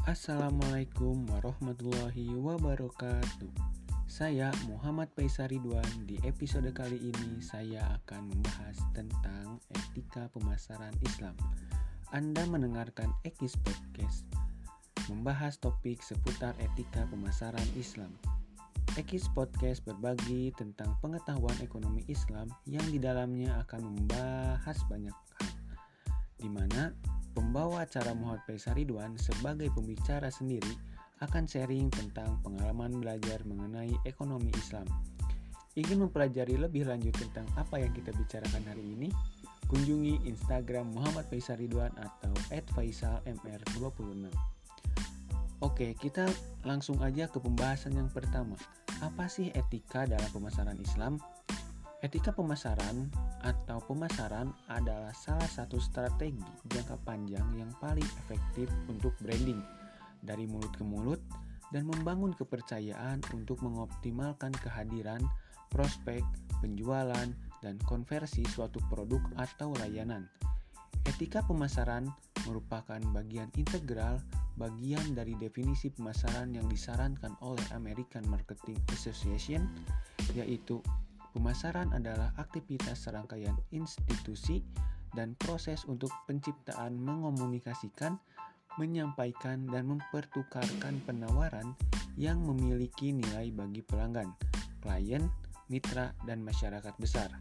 Assalamualaikum warahmatullahi wabarakatuh. Saya Muhammad Faisal Ridwan. Di episode kali ini saya akan membahas tentang etika pemasaran Islam. Anda mendengarkan Ekis Podcast, membahas topik seputar etika pemasaran Islam. Ekis Podcast berbagi tentang pengetahuan ekonomi Islam yang di dalamnya akan membahas banyak hal, di mana pembawa acara Muhammad Faisal Ridwan sebagai pembicara sendiri akan sharing tentang pengalaman belajar mengenai ekonomi Islam. Ingin mempelajari lebih lanjut tentang apa yang kita bicarakan hari ini? Kunjungi Instagram Muhammad Faisal Ridwan atau @faisalmr26. Oke, kita langsung aja ke pembahasan yang pertama. Apa sih etika dalam pemasaran Islam? Etika pemasaran atau pemasaran adalah salah satu strategi jangka panjang yang paling efektif untuk branding dari mulut ke mulut dan membangun kepercayaan untuk mengoptimalkan kehadiran, prospek, penjualan, dan konversi suatu produk atau layanan. Etika pemasaran merupakan bagian integral bagian dari definisi pemasaran yang disarankan oleh American Marketing Association, yaitu pemasaran adalah aktivitas serangkaian institusi dan proses untuk penciptaan, mengomunikasikan, menyampaikan, dan mempertukarkan penawaran yang memiliki nilai bagi pelanggan, klien, mitra, dan masyarakat besar.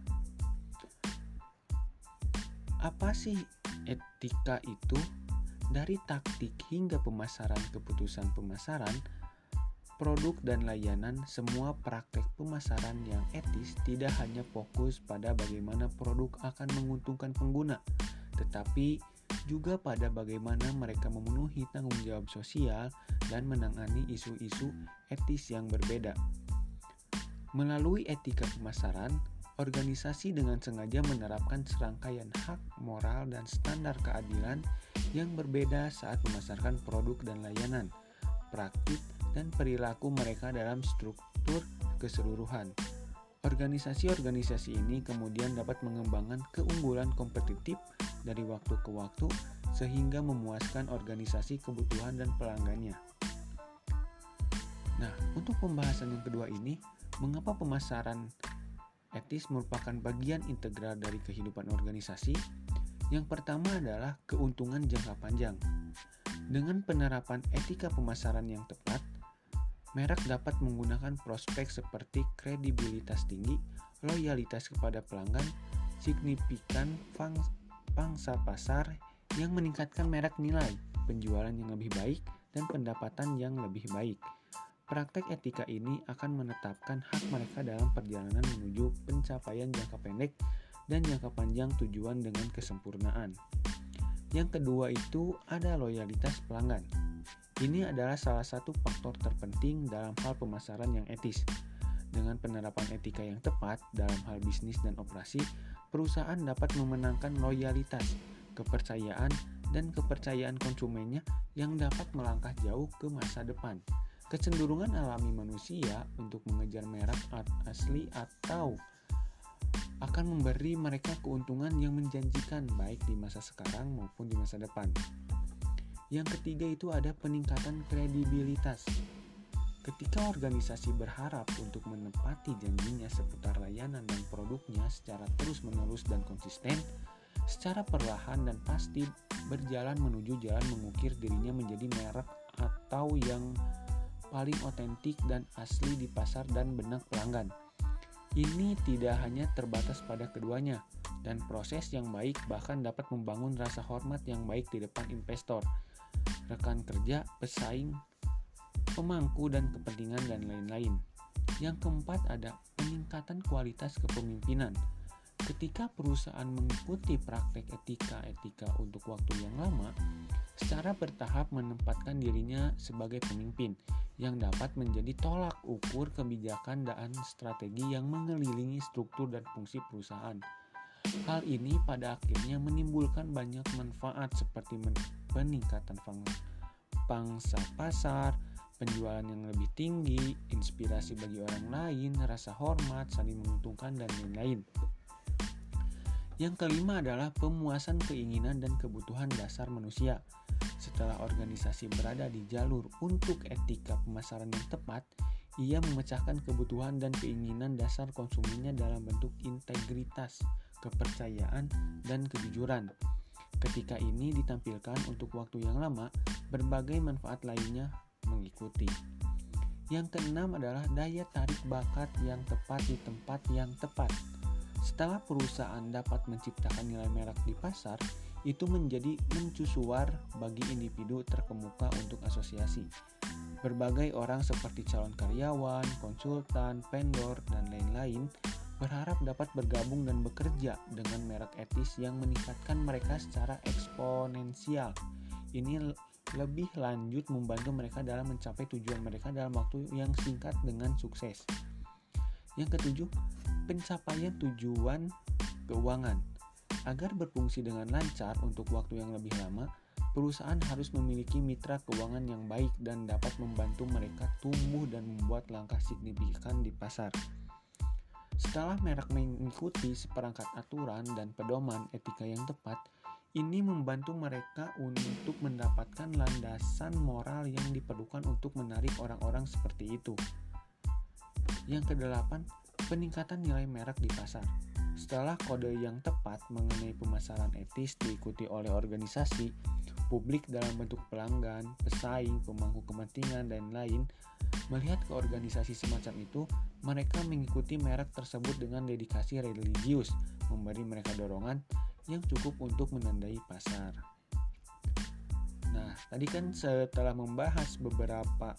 Apa sih etika itu? Dari taktik hingga pemasaran, keputusan pemasaran, produk dan layanan, semua praktek pemasaran yang etis tidak hanya fokus pada bagaimana produk akan menguntungkan pengguna, tetapi juga pada bagaimana mereka memenuhi tanggung jawab sosial dan menangani isu-isu etis yang berbeda. Melalui etika pemasaran, organisasi dengan sengaja menerapkan serangkaian hak moral dan standar keadilan yang berbeda saat memasarkan produk dan layanan, praktik, dan perilaku mereka dalam struktur keseluruhan. Organisasi-organisasi ini kemudian dapat mengembangkan keunggulan kompetitif dari waktu ke waktu sehingga memuaskan organisasi, kebutuhan, dan pelanggannya. Nah, untuk pembahasan yang kedua ini, mengapa pemasaran etis merupakan bagian integral dari kehidupan organisasi? Yang pertama adalah keuntungan jangka panjang. Dengan penerapan etika pemasaran yang tepat, merek dapat menggunakan prospek seperti kredibilitas tinggi, loyalitas kepada pelanggan, signifikan pangsa pasar yang meningkatkan merek nilai, penjualan yang lebih baik, dan pendapatan yang lebih baik. Praktek etika ini akan menetapkan hak mereka dalam perjalanan menuju pencapaian jangka pendek dan jangka panjang tujuan dengan kesempurnaan. Yang kedua itu ada loyalitas pelanggan. Ini adalah salah satu faktor terpenting dalam hal pemasaran yang etis. Dengan penerapan etika yang tepat dalam hal bisnis dan operasi, perusahaan dapat memenangkan loyalitas, kepercayaan, dan kepercayaan konsumennya yang dapat melangkah jauh ke masa depan. Kecenderungan alami manusia untuk mengejar merek asli atau akan memberi mereka keuntungan yang menjanjikan baik di masa sekarang maupun di masa depan. Yang ketiga itu ada peningkatan kredibilitas. Ketika organisasi berharap untuk menepati janjinya seputar layanan dan produknya secara terus-menerus dan konsisten, secara perlahan dan pasti berjalan menuju jalan mengukir dirinya menjadi merek atau yang paling otentik dan asli di pasar dan benak pelanggan. Ini tidak hanya terbatas pada keduanya, dan proses yang baik bahkan dapat membangun rasa hormat yang baik di depan investor, rekan kerja, pesaing, pemangku dan kepentingan, dan lain-lain. Yang keempat ada peningkatan kualitas kepemimpinan. Ketika perusahaan mengikuti praktek etika untuk waktu yang lama, secara bertahap menempatkan dirinya sebagai pemimpin yang dapat menjadi tolak ukur kebijakan dan strategi yang mengelilingi struktur dan fungsi perusahaan. Hal ini pada akhirnya menimbulkan banyak manfaat seperti peningkatan pangsa pasar, penjualan yang lebih tinggi, inspirasi bagi orang lain, rasa hormat, saling menguntungkan, dan lain-lain. Yang kelima adalah pemuasan keinginan dan kebutuhan dasar manusia. Setelah organisasi berada di jalur untuk etika pemasaran yang tepat, ia memecahkan kebutuhan dan keinginan dasar konsumennya dalam bentuk integritas, kepercayaan, dan kejujuran. Ketika ini ditampilkan untuk waktu yang lama, berbagai manfaat lainnya mengikuti. Yang keenam adalah daya tarik bakat yang tepat di tempat yang tepat. Setelah perusahaan dapat menciptakan nilai merek di pasar, itu menjadi mencusuar bagi individu terkemuka untuk asosiasi. Berbagai orang seperti calon karyawan, konsultan, vendor, dan lain-lain berharap dapat bergabung dan bekerja dengan merek etis yang meningkatkan mereka secara eksponensial. Ini lebih lanjut membantu mereka dalam mencapai tujuan mereka dalam waktu yang singkat dengan sukses. Yang ketujuh, pencapaian tujuan keuangan. Agar berfungsi dengan lancar untuk waktu yang lebih lama, perusahaan harus memiliki mitra keuangan yang baik dan dapat membantu mereka tumbuh dan membuat langkah signifikan di pasar. Setelah merek mengikuti seperangkat aturan dan pedoman etika yang tepat, ini membantu mereka untuk mendapatkan landasan moral yang diperlukan untuk menarik orang-orang seperti itu. Yang kedelapan, peningkatan nilai merek di pasar. Setelah kode yang tepat mengenai pemasaran etis diikuti oleh organisasi, publik dalam bentuk pelanggan, pesaing, pemangku kepentingan, dan lain, melihat ke organisasi semacam itu, mereka mengikuti merek tersebut dengan dedikasi religius, memberi mereka dorongan yang cukup untuk menandai pasar. Nah, tadi kan setelah membahas beberapa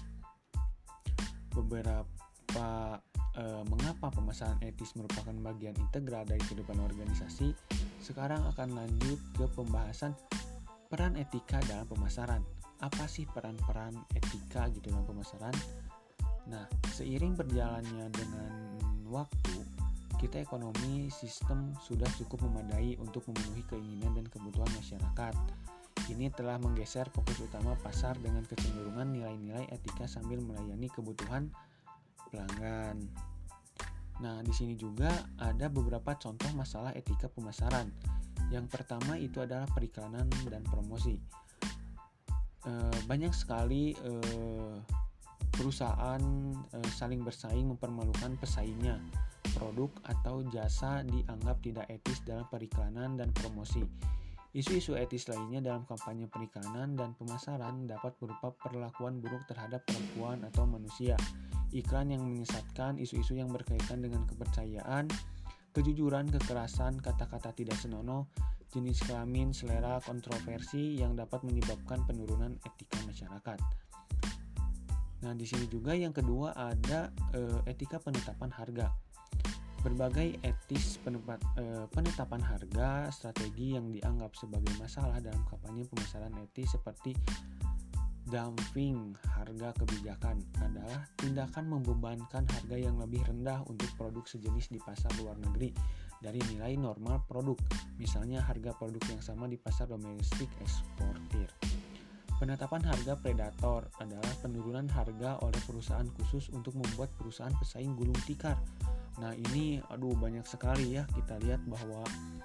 mengapa pemasaran etis merupakan bagian integral dari kehidupan organisasi, sekarang akan lanjut ke pembahasan peran etika dalam pemasaran. Apa sih peran-peran etika gitu dalam pemasaran? Nah, seiring berjalannya dengan waktu, kita ekonomi sistem sudah cukup memadai untuk memenuhi keinginan dan kebutuhan masyarakat. Ini telah menggeser fokus utama pasar dengan kecenderungan nilai-nilai etika sambil melayani kebutuhan pelanggan. Nah, di sini juga ada beberapa contoh masalah etika pemasaran. Yang pertama itu adalah periklanan dan promosi. Banyak sekali perusahaan saling bersaing mempermalukan pesaingnya. Produk atau jasa dianggap tidak etis dalam periklanan dan promosi. Isu-isu etis lainnya dalam kampanye periklanan dan pemasaran dapat berupa perlakuan buruk terhadap perempuan atau manusia, iklan yang menyesatkan, isu-isu yang berkaitan dengan kepercayaan, kejujuran, kekerasan, kata-kata tidak senonoh, jenis kelamin, selera, kontroversi yang dapat menyebabkan penurunan etika masyarakat. Nah, di sini juga yang kedua ada etika penetapan harga. Berbagai etis penetapan harga, strategi yang dianggap sebagai masalah dalam kampanye pemasaran etis seperti dumping harga kebijakan adalah tindakan membebankan harga yang lebih rendah untuk produk sejenis di pasar luar negeri dari nilai normal produk, misalnya harga produk yang sama di pasar domestik eksportir. Penetapan harga predator adalah penurunan harga oleh perusahaan khusus untuk membuat perusahaan pesaing gulung tikar. Nah, ini banyak sekali ya, kita lihat bahwa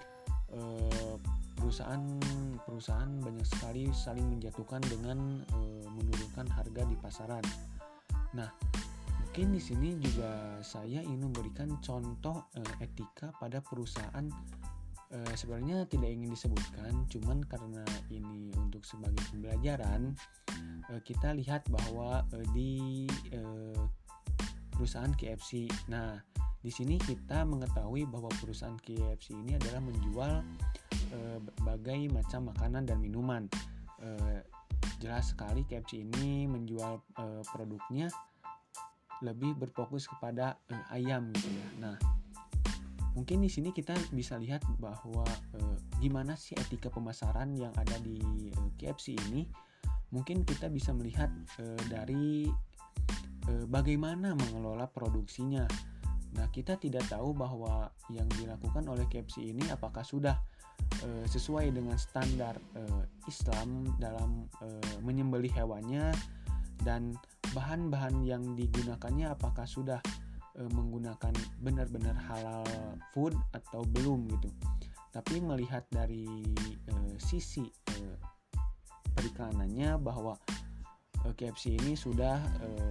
perusahaan banyak sekali saling menjatuhkan dengan menurunkan harga di pasaran. Nah, mungkin di sini juga saya ingin memberikan contoh etika pada perusahaan. Sebenarnya tidak ingin disebutkan, cuman karena ini untuk sebagai pembelajaran, kita lihat bahwa di perusahaan KFC. Nah, di sini kita mengetahui bahwa perusahaan KFC ini adalah menjual berbagai macam makanan dan minuman. Jelas sekali KFC ini menjual produknya lebih berfokus kepada ayam gitu ya. Nah, mungkin di sini kita bisa lihat bahwa gimana sih etika pemasaran yang ada di KFC ini. Mungkin kita bisa melihat dari bagaimana mengelola produksinya. Nah, kita tidak tahu bahwa yang dilakukan oleh KFC ini apakah sudah sesuai dengan standar Islam dalam menyembelih hewannya, dan bahan-bahan yang digunakannya apakah sudah menggunakan benar-benar halal food atau belum gitu. Tapi melihat dari sisi periklanannya bahwa KFC ini sudah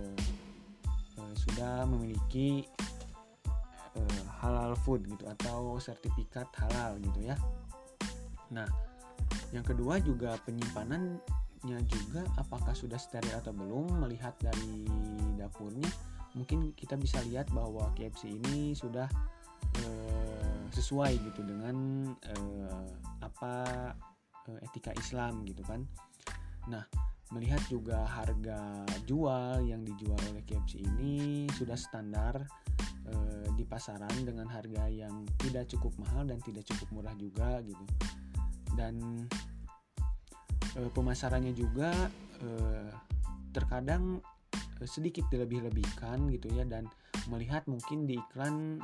memiliki halal food gitu atau sertifikat halal gitu ya. Nah, yang kedua juga penyimpanannya juga apakah sudah steril atau belum. Melihat dari dapurnya mungkin kita bisa lihat bahwa KFC ini sudah sesuai gitu dengan etika Islam gitu kan. Nah, melihat juga harga jual yang dijual oleh KFC ini sudah standar di pasaran dengan harga yang tidak cukup mahal dan tidak cukup murah juga gitu. Dan pemasarannya juga terkadang sedikit dilebih-lebihkan gitu ya, dan melihat mungkin di iklan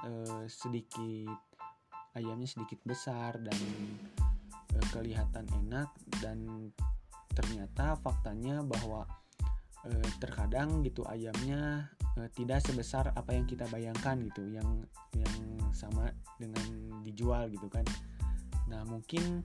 ayamnya sedikit besar dan kelihatan enak, dan ternyata faktanya bahwa terkadang gitu ayamnya tidak sebesar apa yang kita bayangkan gitu, yang sama dengan dijual gitu kan. Nah, mungkin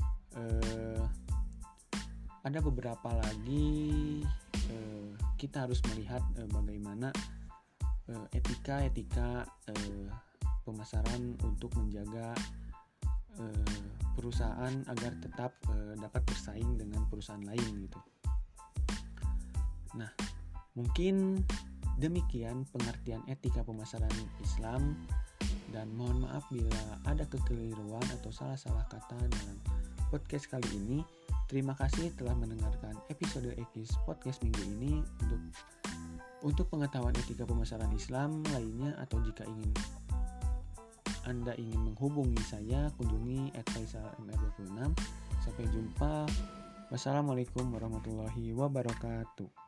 ada beberapa lagi kita harus melihat bagaimana etika pemasaran untuk menjaga perusahaan agar tetap dapat bersaing dengan perusahaan lain gitu. Nah, mungkin demikian pengertian etika pemasaran Islam, dan mohon maaf bila ada kekeliruan atau salah-salah kata dalam podcast kali ini. Terima kasih telah mendengarkan episode Ekis podcast minggu ini. Untuk pengetahuan etika pemasaran Islam lainnya, atau jika Anda ingin menghubungi saya, kunjungi @faisalmr26. Sampai jumpa. Wassalamualaikum warahmatullahi wabarakatuh.